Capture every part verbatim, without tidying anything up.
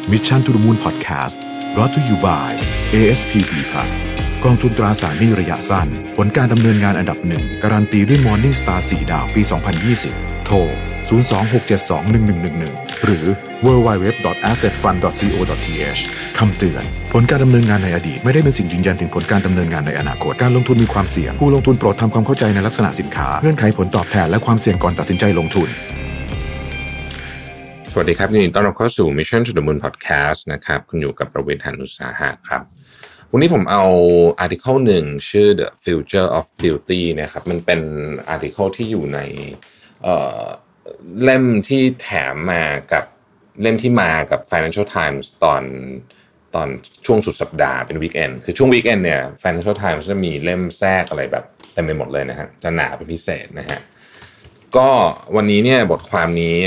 Mission to the Moon Podcast brought to you by เอ เอส พี บี Plus กองทุนตราสารหนี้ระยะสั้นผลการดำเนินงานอันดับหนึ่งการันตีด้วย Morning Star สี่ดาวปี สองพันยี่สิบ โทร ศูนย์ สอง หก เจ็ด สอง หนึ่ง หนึ่ง หนึ่ง หนึ่ง หรือ ดับเบิลยู ดับเบิลยู ดับเบิลยู ดอท แอสเซทฟันด์ ดอท ซี โอ ดอท ที เอช คำเตือนผลการดำเนินงานในอดีตไม่ได้เป็นสิ่งยืนยันถึงผลการดำเนินงานในอนาคตการลงทุนมีความเสี่ยงผู้ลงทุนโปรดทำความเข้าใจในลักษณะสินค้าเงื่อนไขผลตอบแทนและความเสี่ยงก่อนตัดสินใจลงทุนสวัสดีครับยินดีต้อนรับเข้าสู่ Mission to the Moon Podcast นะครับคุณอยู่กับประวิทย์ หาญอุตสาหะครับวันนี้ผมเอาอาร์ติเคิลหนึ่งชื่อ The Future of Beauty นะครับมันเป็นอาร์ติเคิลที่อยู่ในเอ่อเล่มที่แถมมากับเล่มที่มากับ Financial Times ตอนตอนช่วงสุดสัปดาห์เป็นวีคเอนด์คือช่วงวีคเอนด์เนี่ย Financial Times จะมีเล่มแทรกอะไรแบบเต็มไปหมดเลยนะฮะจะหนาเป็นพิเศษนะฮะก็วันนี้เนี่ยบทความนี้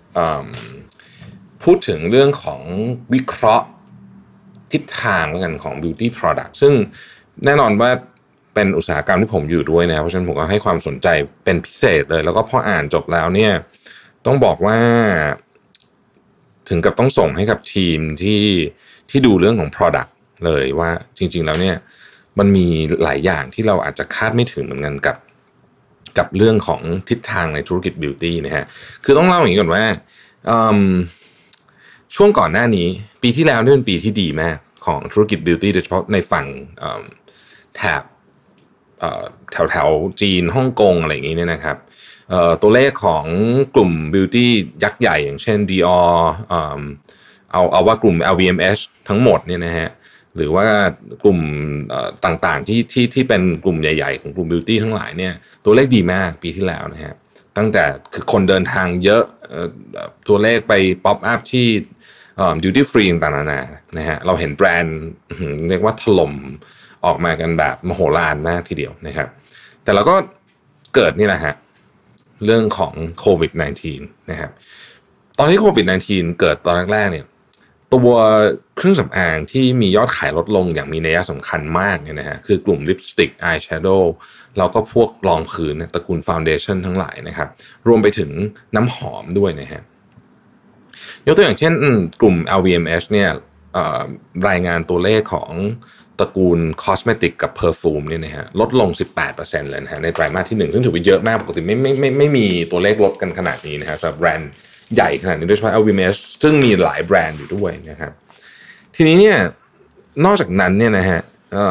พูดถึงเรื่องของวิเคราะห์ทิศทางกันของ beauty product ซึ่งแน่นอนว่าเป็นอุตสาหกรรมที่ผมอยู่ด้วยนะเพราะฉะนั้นผมก็ให้ความสนใจเป็นพิเศษเลยแล้วก็พออ่านจบแล้วเนี่ยต้องบอกว่าถึงกับต้องส่งให้กับทีมที่ที่ดูเรื่องของ product เลยว่าจริงๆแล้วเนี่ยมันมีหลายอย่างที่เราอาจจะคาดไม่ถึงเหมือนกันกับกับเรื่องของทิศทางในธุรกิจ beauty นะฮะคือต้องเล่าอย่างนี้ก่อนว่าช่วงก่อนหน้านี้ปีที่แล้วนี่เป็นปีที่ดีมากของธุรกิจ beauty โดยเฉพาะในฝั่งแถบแถวแถวจีนฮ่องกงอะไรอย่างนี้เนี่ยนะครับตัวเลขของกลุ่ม beauty ยักษ์ใหญ่อย่างเช่น Dior เอาเอาว่ากลุ่ม แอล วี เอ็ม เอช ทั้งหมดเนี่ยนะฮะหรือว่ากลุ่มต่างๆที่ที่ที่เป็นกลุ่มใหญ่ๆของกลุ่ม beauty ทั้งหลายเนี่ยตัวเลขดีมากปีที่แล้วนะฮะตั้งแต่คือคนเดินทางเยอะตัวเลขไปป๊อปอัพที่ดิวตี้ฟรีต่างๆนานานะฮะเราเห็นแบรนด์เรียกว่าถล่มออกมากันแบบมโหฬารมากทีเดียวนะครับแต่เราก็เกิดนี่แหละฮะเรื่องของโควิด สิบเก้า นะครับตอนที่โควิด สิบเก้า เกิดตอนแรกๆเนี่ยตัวเครื่องสำอางที่มียอดขายลดลงอย่างมีนัยสำคัญมากเนี่ยนะฮะคือกลุ่มลิปสติกอายแชโดว์แล้วก็พวกรองพื้นตระกูลฟาวเดชั่นทั้งหลายนะครับรวมไปถึงน้ำหอมด้วยนะฮะยกตัวอย่างเช่นกลุ่ม แอล วี เอ็ม เอช เนี่ยรายงานตัวเลขของตระกูลคอสเมติกกับเพอร์ฟูมเนี่ยนะฮะลดลง สิบแปดเปอร์เซ็นต์ เลยนะฮะในไตรมาสที่หนึ่งซึ่งถือว่าเยอะมากปกติไม่ไม่ไม่ไม่มีตัวเลขลดกันขนาดนี้นะครับสำหรับแบรนด์ใหญ่ขนาดนี้โดยเฉพาะ แอล วี เอ็ม เอช ซึ่งมีหลายแบรนด์อยู่ด้วยนะครับทีนี้เนี่ยนอกจากนั้นเนี่ยนะฮะ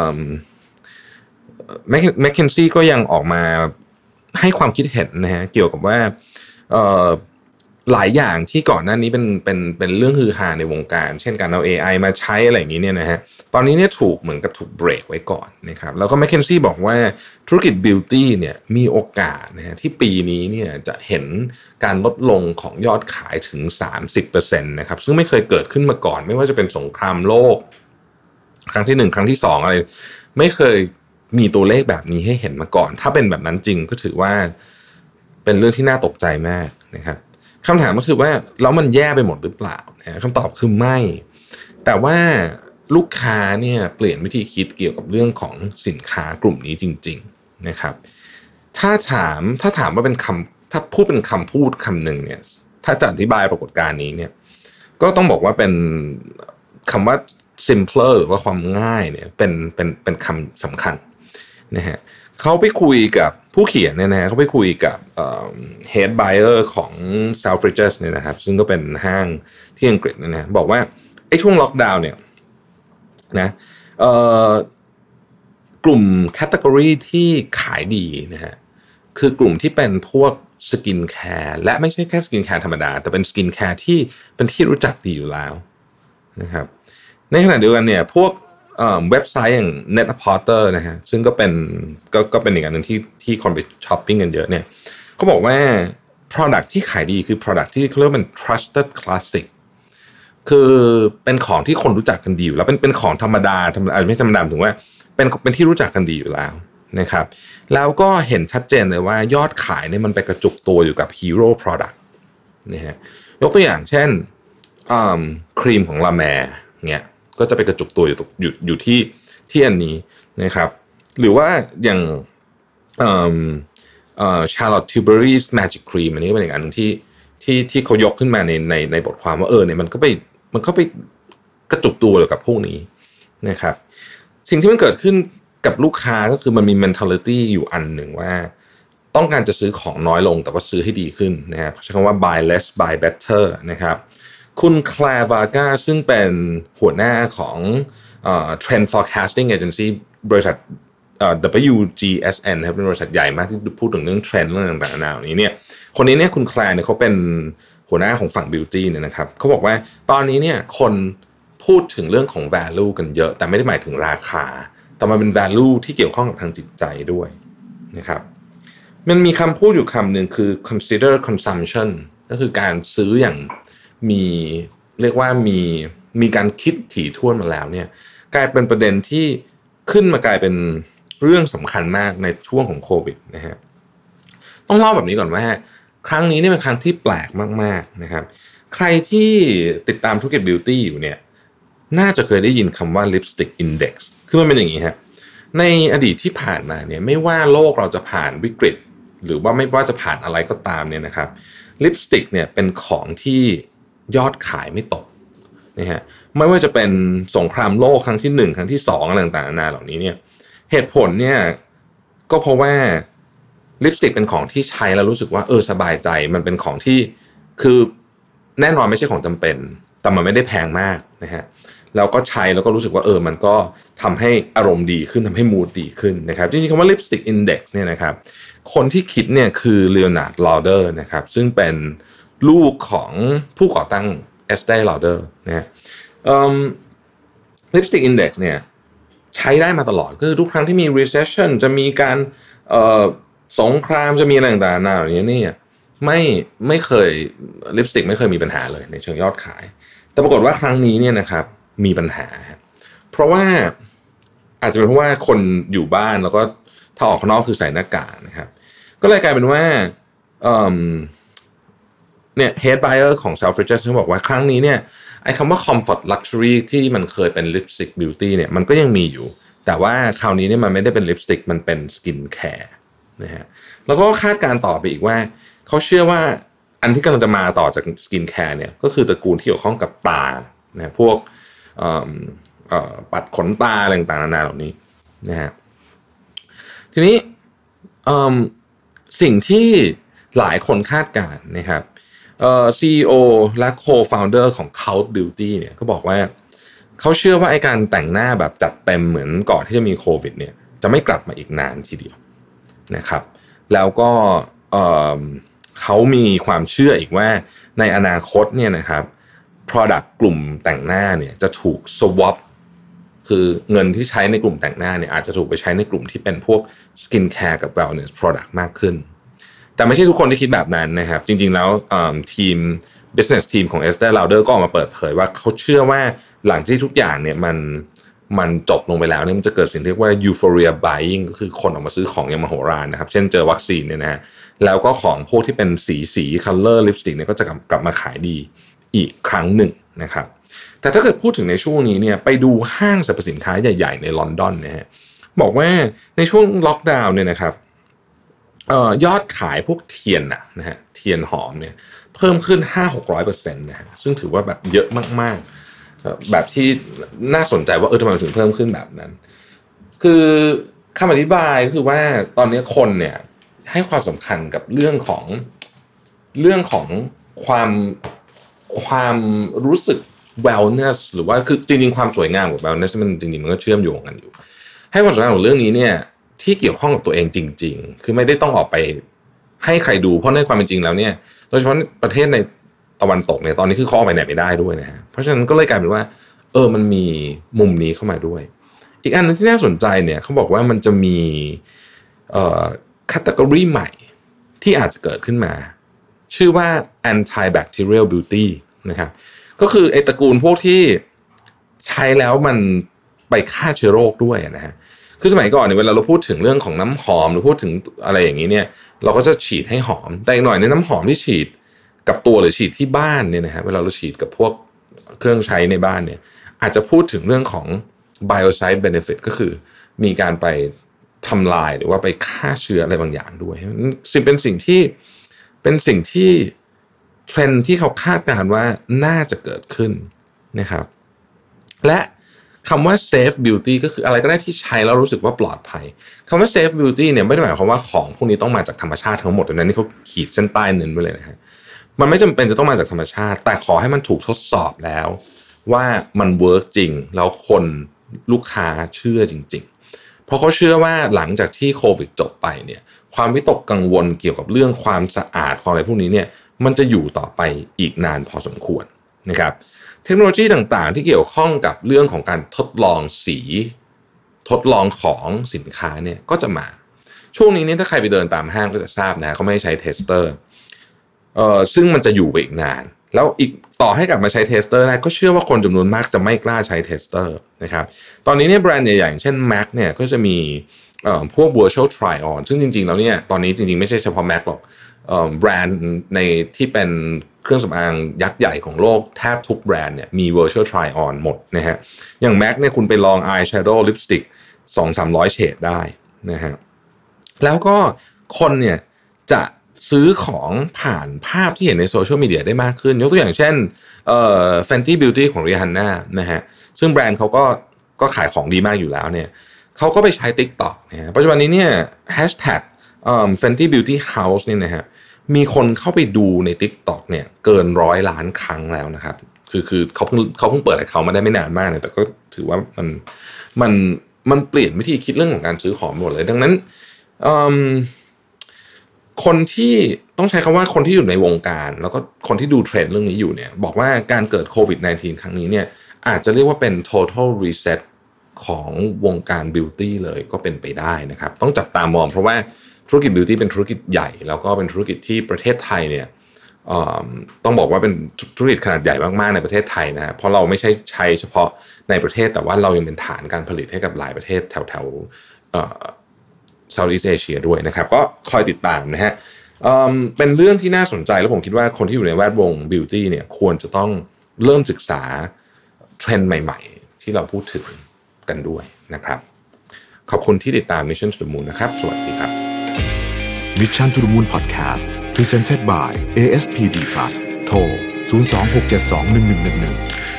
แมคเคนซี่ก็ยังออกมาให้ความคิดเห็นนะฮะเกี่ยวกับว่าหลายอย่างที่ก่อนหน้านี้เป็นเป็นเป็นเรื่องฮือฮาในวงการเช่นการเอา เอ ไอ มาใช้อะไรอย่างนี้เนี่ยนะฮะตอนนี้เนี่ยถูกเหมือนกับถูกเบรกไว้ก่อนนะครับแล้วก็แมคเคนซี่บอกว่าธุรกิจบิวตี้เนี่ยมีโอกาสนะฮะที่ปีนี้เนี่ยจะเห็นการลดลงของยอดขายถึง สามสิบเปอร์เซ็นต์ นะครับซึ่งไม่เคยเกิดขึ้นมาก่อนไม่ว่าจะเป็นสงครามโลกครั้งที่หนึ่งครั้งที่สองอะไรไม่เคยมีตัวเลขแบบนี้ให้เห็นมาก่อนถ้าเป็นแบบนั้นจริงก็ถือว่าเป็นเรื่องที่น่าตกใจมากนะครับคำถามก็คือว่าแล้วมันแย่ไปหมดหรือเปล่านะคำตอบคือไม่แต่ว่าลูกค้าเนี่ยเปลี่ยนวิธีคิดเกี่ยวกับเรื่องของสินค้ากลุ่มนี้จริงๆนะครับถ้าถามถ้าถามว่าเป็นคำถ้าพูดเป็นคำพูดคำหนึ่งเนี่ยถ้าจะอธิบายปรากฏการณ์นี้เนี่ยก็ต้องบอกว่าเป็นคำว่า simpler หรือว่าความง่ายเนี่ยเป็นเป็นเป็นคำสำคัญนะฮะเขาไปคุยกับผู้เขียนเนี่ยนะฮะเขาไปคุยกับเอ่อ head buyer ของ Selfridges เนี่ยนะครับซึ่งก็เป็นห้างที่อังกฤษนะฮะบอกว่าไอ้ช่วงล็อกดาวน์เนี่ยนะเอ่อกลุ่มแคตตากรีที่ขายดีนะฮะคือกลุ่มที่เป็นพวกสกินแคร์และไม่ใช่แค่สกินแคร์ธรรมดาแต่เป็นสกินแคร์ที่เป็นที่รู้จักดีอยู่แล้วนะครับในขณะเดียวกันเนี่ยพวกเว็บไซต์อย่าง Net-a-Porter นะฮะซึ่งก็เป็นก็ก็เป็นอีกอันนึงที่ที่คนไปช้อปปิ้งกันเยอะเนี่ยเขาบอกว่า product ที่ขายดีคือ product ที่เขาเรียกว่าเป็น trusted classic คือเป็นของที่คนรู้จักกันดีอยู่แล้วเป็นเป็นของธรรมดาธรรมดาไม่ธรรมดาถึงว่าเป็นเป็นที่รู้จักกันดีอยู่แล้วนะครับแล้วก็เห็นชัดเจนเลยว่ายอดขายเนี่ยมันไปกระจุกตัวอยู่กับ hero product นะฮะยกตัวอย่างเช่นครีมของ La Mer เนี่ยก็จะไปกระจุกตัวอยู่อยู่อยู่ที่ที่อันนี้นะครับหรือว่าอย่างเอ่อเอ่อ Charlotte Tilbury's Magic Cream อันนี้ก็เป็นอีกอันนึงที่ที่ที่เขายกขึ้นมาในในในบทความว่าเออเนี่ยมันก็ไปมันก็ไปกระจุกตัวอยู่กับพวกนี้นะครับสิ่งที่มันเกิดขึ้นกับลูกค้าก็คือมันมี mentality อยู่อันหนึ่งว่าต้องการจะซื้อของน้อยลงแต่ว่าซื้อให้ดีขึ้นนะครับใช้คำว่า buy less buy better นะครับคุณแคลร์ วาก้าซึ่งเป็นหัวหน้าของเอ่อ Trend Forecasting Agency บริษัทเอ่อ ดับเบิลยู จี เอส เอ็น ครับเป็นบริษัทใหญ่มากที่พูดถึงเรื่องเทรนด์เรื่องต่างๆนานานี้เนี่ยคนนี้เนี่ยคุณแคลร์เนี่ยเขาเป็นหัวหน้าของฝั่ง Beauty เนี่ยนะครับเขาบอกว่าตอนนี้เนี่ยคนพูดถึงเรื่องของ value กันเยอะแต่ไม่ได้หมายถึงราคาแต่มันเป็น value ที่เกี่ยวข้องกับทางจิตใจด้วยนะครับมันมีคำพูดอยู่คำหนึ่งคือ consider consumption ก็คือการซื้ออย่างมีเรียกว่ามีมีการคิดถี่ถ้วนมาแล้วเนี่ยกลายเป็นประเด็นที่ขึ้นมากลายเป็นเรื่องสำคัญมากในช่วงของโควิดนะฮะต้องเล่าแบบนี้ก่อนว่าครั้งนี้นี่เป็นครั้งที่แปลกมากๆนะครับใครที่ติดตามธุรกิจบิวตี้อยู่เนี่ยน่าจะเคยได้ยินคำว่า lipstick index คือมันเป็นอย่างนี้ฮะในอดีตที่ผ่านมาเนี่ยไม่ว่าโลกเราจะผ่านวิกฤตหรือว่าไม่ว่าจะผ่านอะไรก็ตามเนี่ยนะครับลิปสติกเนี่ยเป็นของที่ยอดขายไม่ตกนะฮะไม่ว่าจะเป็นสงครามโลกครั้งที่หนึ่งครั้งที่สองอะไรต่างๆนานาเหล่านี้เนี่ยเหตุผลเนี่ยก็เพราะว่าลิปสติกเป็นของที่ใช้แล้วรู้สึกว่าเออสบายใจมันเป็นของที่คือแน่นอนไม่ใช่ของจำเป็นแต่มันไม่ได้แพงมากนะฮะแล้วก็ใช้แล้วก็รู้สึกว่าเออมันก็ทำให้อารมณ์ดีขึ้นทำให้มูดดีขึ้นนะครับจริงๆคำว่า lipstick index เนี่ยนะครับคนที่คิดเนี่ยคือ Leonard Lauder นะครับซึ่งเป็นลูกของผู้ก่อตั้ง Estée Lauder นะฮะ lipstick index เนี่ยใช้ได้มาตลอดคือทุกครั้งที่มี recession จะมีการเอ่อสงครามจะมีอะไรต่างๆเหล่านี้เนี่ยไม่ไม่เคยลิปสติกไม่เคยมีปัญหาเลยในเชิงยอดขายแต่ปรากฏว่าครั้งนี้เนี่ยนะครับมีปัญหาเพราะว่าอาจจะเป็นเพราะว่าคนอยู่บ้านแล้วก็ถ้าออกข้างนอกคือใส่หน้ากากนะครับก็เลยกลายเป็นว่าเอ่อเนี่ย head buyer ของ Selfridges เขาบอกว่าครั้งนี้เนี่ยไอ้คำว่า comfort luxury ที่มันเคยเป็น lipstick beauty เนี่ยมันก็ยังมีอยู่แต่ว่าคราวนี้เนี่ยมันไม่ได้เป็น lipstick มันเป็น skin care นะฮะแล้วก็คาดการต่อไปอีกว่าเขาเชื่อว่าอันที่กำลังจะมาต่อจาก skin care เนี่ยก็คือตระกูลที่เกี่ยวข้องกับตานะพวกปัดขนตาอะไรต่างๆนานาเหล่านี้นะฮะทีนี้สิ่งที่หลายคนคาดการณ์นะครับ ซี อี โอ และ co-founder ของ Cult Beauty เนี่ยก็บอกว่าเขาเชื่อว่าไอ้การแต่งหน้าแบบจัดเต็มเหมือนก่อนที่จะมีโควิดเนี่ยจะไม่กลับมาอีกนานทีเดียวนะครับแล้วก็เขามีความเชื่ออีกว่าในอนาคตเนี่ยนะครับ product กลุ่มแต่งหน้าเนี่ยจะถูก swap คือเงินที่ใช้ในกลุ่มแต่งหน้าเนี่ยอาจจะถูกไปใช้ในกลุ่มที่เป็นพวก skin care กับ wellness product มากขึ้นแต่ไม่ใช่ทุกคนที่คิดแบบนั้นนะครับจริงๆแล้วทีม business team ของ Estée Lauder ก็ออกมาเปิดเผยว่าเขาเชื่อว่าหลังที่ทุกอย่างเนี่ยมันมันจบลงไปแล้วเนี่ยมันจะเกิดสิ่งที่เรียกว่า euphoria buying ก็คือคนออกมาซื้อของอย่างมโหฬารนะครับเช่นเจอวัคซีนเนี่ยนะฮะแล้วก็ของพวกที่เป็นสีสี color lipstick เนี่ยก็จะกลับมาขายดีอีกครั้งหนึ่งนะครับแต่ถ้าเกิดพูดถึงในช่วงนี้เนี่ยไปดูห้างสรรพสินค้าใหญ่ๆในลอนดอนนะฮะบอกว่าในช่วงล็อกดาวน์เนี่ยนะครับเอ่อยอดขายพวกเทียนน่ะนะฮะเทียนหอมเนี่ยเพิ่มขึ้น ห้าถึงหกร้อยเปอร์เซ็นต์ นะฮะซึ่งถือว่าแบบเยอะมากๆแบบที่น่าสนใจว่าเออทำไมถึงเพิ่มขึ้นแบบนั้นคือคำอธิบายคือว่าตอนนี้คนเนี่ยให้ความสำคัญกับเรื่องของเรื่องของความความรู้สึก wellness หรือว่าคือจริงๆความสวยงามกับ wellness มันจริงๆมันก็เชื่อมโยงกันอยู่ให้ความสำคัญของเรื่องนี้เนี่ยที่เกี่ยวข้องกับตัวเองจริงๆคือไม่ได้ต้องออกไปให้ใครดูเพราะในความเป็นจริงแล้วเนี่ยโดยเฉพาะประเทศในตะวันตกเนี่ยตอนนี้คือเข้าไปไหนไม่ได้ด้วยนะฮะเพราะฉะนั้นก็เลยกลายเป็นว่าเออมันมีมุมนี้เข้ามาด้วยอีกอันนึงที่น่าสนใจเนี่ยเขาบอกว่ามันจะมีเอ่อ category ใหม่ที่อาจจะเกิดขึ้นมาชื่อว่า antibacterial beauty นะครับก็คือไอ้ตระกูลพวกที่ใช้แล้วมันไปฆ่าเชื้อโรคด้วยนะฮะคือสมัยก่อนเนี่ยเวลาเราพูดถึงเรื่องของน้ำหอมหรือพูดถึงอะไรอย่างนี้เนี่ยเราก็จะฉีดให้หอมแต่อีกหน่อยในน้ำหอมที่ฉีดกับตัวหรือฉีดที่บ้านเนี่ยนะฮะเวลาเราฉีดกับพวกเครื่องใช้ในบ้านเนี่ยอาจจะพูดถึงเรื่องของ biocide benefit ก็คือมีการไปทำลายหรือว่าไปฆ่าเชื้ออะไรบางอย่างด้วยสิ่งเป็นสิ่งที่เป็นสิ่งที่เทรนด์ที่เขาคาดการณ์ว่าน่าจะเกิดขึ้นนะครับและคำว่า safe beauty ก็คืออะไรก็ได้ที่ใช้แล้วรู้สึกว่าปลอดภัยคำว่า safe beauty เนี่ยไม่ได้หมายความว่าของพวกนี้ต้องมาจากธรรมชาติทั้งหมดนะนี่เขาขีดเส้นใต้เน้นไว้เลยนะฮะมันไม่จำเป็นจะต้องมาจากธรรมชาติแต่ขอให้มันถูกทดสอบแล้วว่ามันเวิร์กจริงแล้วคนลูกค้าเชื่อจริงๆเพราะเขาเชื่อว่าหลังจากที่โควิดจบไปเนี่ยความวิตกกังวลเกี่ยวกับเรื่องความสะอาดของอะไรพวกนี้เนี่ยมันจะอยู่ต่อไปอีกนานพอสมควรนะครับเทคโนโลยีต่างๆที่เกี่ยวข้องกับเรื่องของการทดลองสีทดลองของสินค้าเนี่ยก็จะมาช่วงนี้เนี่ยถ้าใครไปเดินตามห้างก็จะทราบนะเขาไม่ให้ใช้เทสเตอร์เอ่อซึ่งมันจะอยู่ไปอีกนานแล้วอีกต่อให้กลับมาใช้เทสเตอร์ได้ก็เชื่อว่าคนจำนวนมากจะไม่กล้าใช้เทสเตอร์นะครับตอนนี้เนี่ยแบรนด์ใหญ่ๆอย่างเช่น Mac เนี่ยก็จะมีเอ่อพวก virtual try on ซึ่งจริงๆแล้วเนี่ยตอนนี้จริงๆไม่ใช่เฉพาะ Mac หรอกเอ่อแบรนด์ในที่เป็นเครื่องสำอางยักษ์ใหญ่ของโลกแทบทุกแบรนด์เนี่ยมี virtual try on หมดนะฮะอย่าง Mac เนี่ยคุณไปลอง eye shadow lipstick สองถึงสามร้อย เฉดได้นะฮะแล้วก็คนเนี่ยจะซื้อของผ่านภาพที่เห็นในโซเชียลมีเดียได้มากขึ้นยกตัวอย่างเช่นเอ่อ Fenty Beauty ของ Rihanna นะฮะซึ่งแบรนด์เขาก็ก็ขายของดีมากอยู่แล้วเนี่ยเขาก็ไปใช้ TikTok นะฮะปัจจุบันนี้เนี่ย hashtag เอ่อ Fenty Beauty House นี่นะฮะมีคนเข้าไปดูใน TikTok เนี่ยเกินร้อยล้านครั้งแล้วนะครับคือคือเขาเพิ่งเขาเพิ่งเปิดให้เขามาได้ไม่นานมากเนี่ยแต่ก็ถือว่ามันมันมันเปลี่ยนวิธีคิดเรื่องของการซื้อของหมดเลยดังนั้นคนที่ต้องใช้คำว่าคนที่อยู่ในวงการแล้วก็คนที่ดูเทรนด์เรื่องนี้อยู่เนี่ยบอกว่าการเกิดโควิด สิบเก้า ครั้งนี้เนี่ยอาจจะเรียกว่าเป็น total reset ของวงการบิวตี้เลยก็เป็นไปได้นะครับต้องจับตามองเพราะว่าธุรกิจบิวตี้เป็นธุรกิจใหญ่แล้วก็เป็นธุรกิจที่ประเทศไทยเนี่ยต้องบอกว่าเป็นธุรกิจขนาดใหญ่มากๆในประเทศไทยนะเพราะเราไม่ใช่ใช้เฉพาะในประเทศแต่ว่าเรายังเป็นฐานการผลิตให้กับหลายประเทศแถวๆSoutheast Asia ด้วยนะครับก็คอยติดตามนะฮะ เอ่อ เป็นเรื่องที่น่าสนใจแล้วผมคิดว่าคนที่อยู่ในแวดวงบิวตี้เนี่ยควรจะต้องเริ่มศึกษาเทรนด์ใหม่ๆที่เราพูดถึงกันด้วยนะครับขอบคุณที่ติดตาม Mission to the Moon นะครับสวัสดีครับ Mission to the Moon Podcast Presented by เอ เอส พี ดี Plus โทรศูนย์ สอง หก เจ็ด สอง หนึ่ง หนึ่ง หนึ่ง หนึ่ง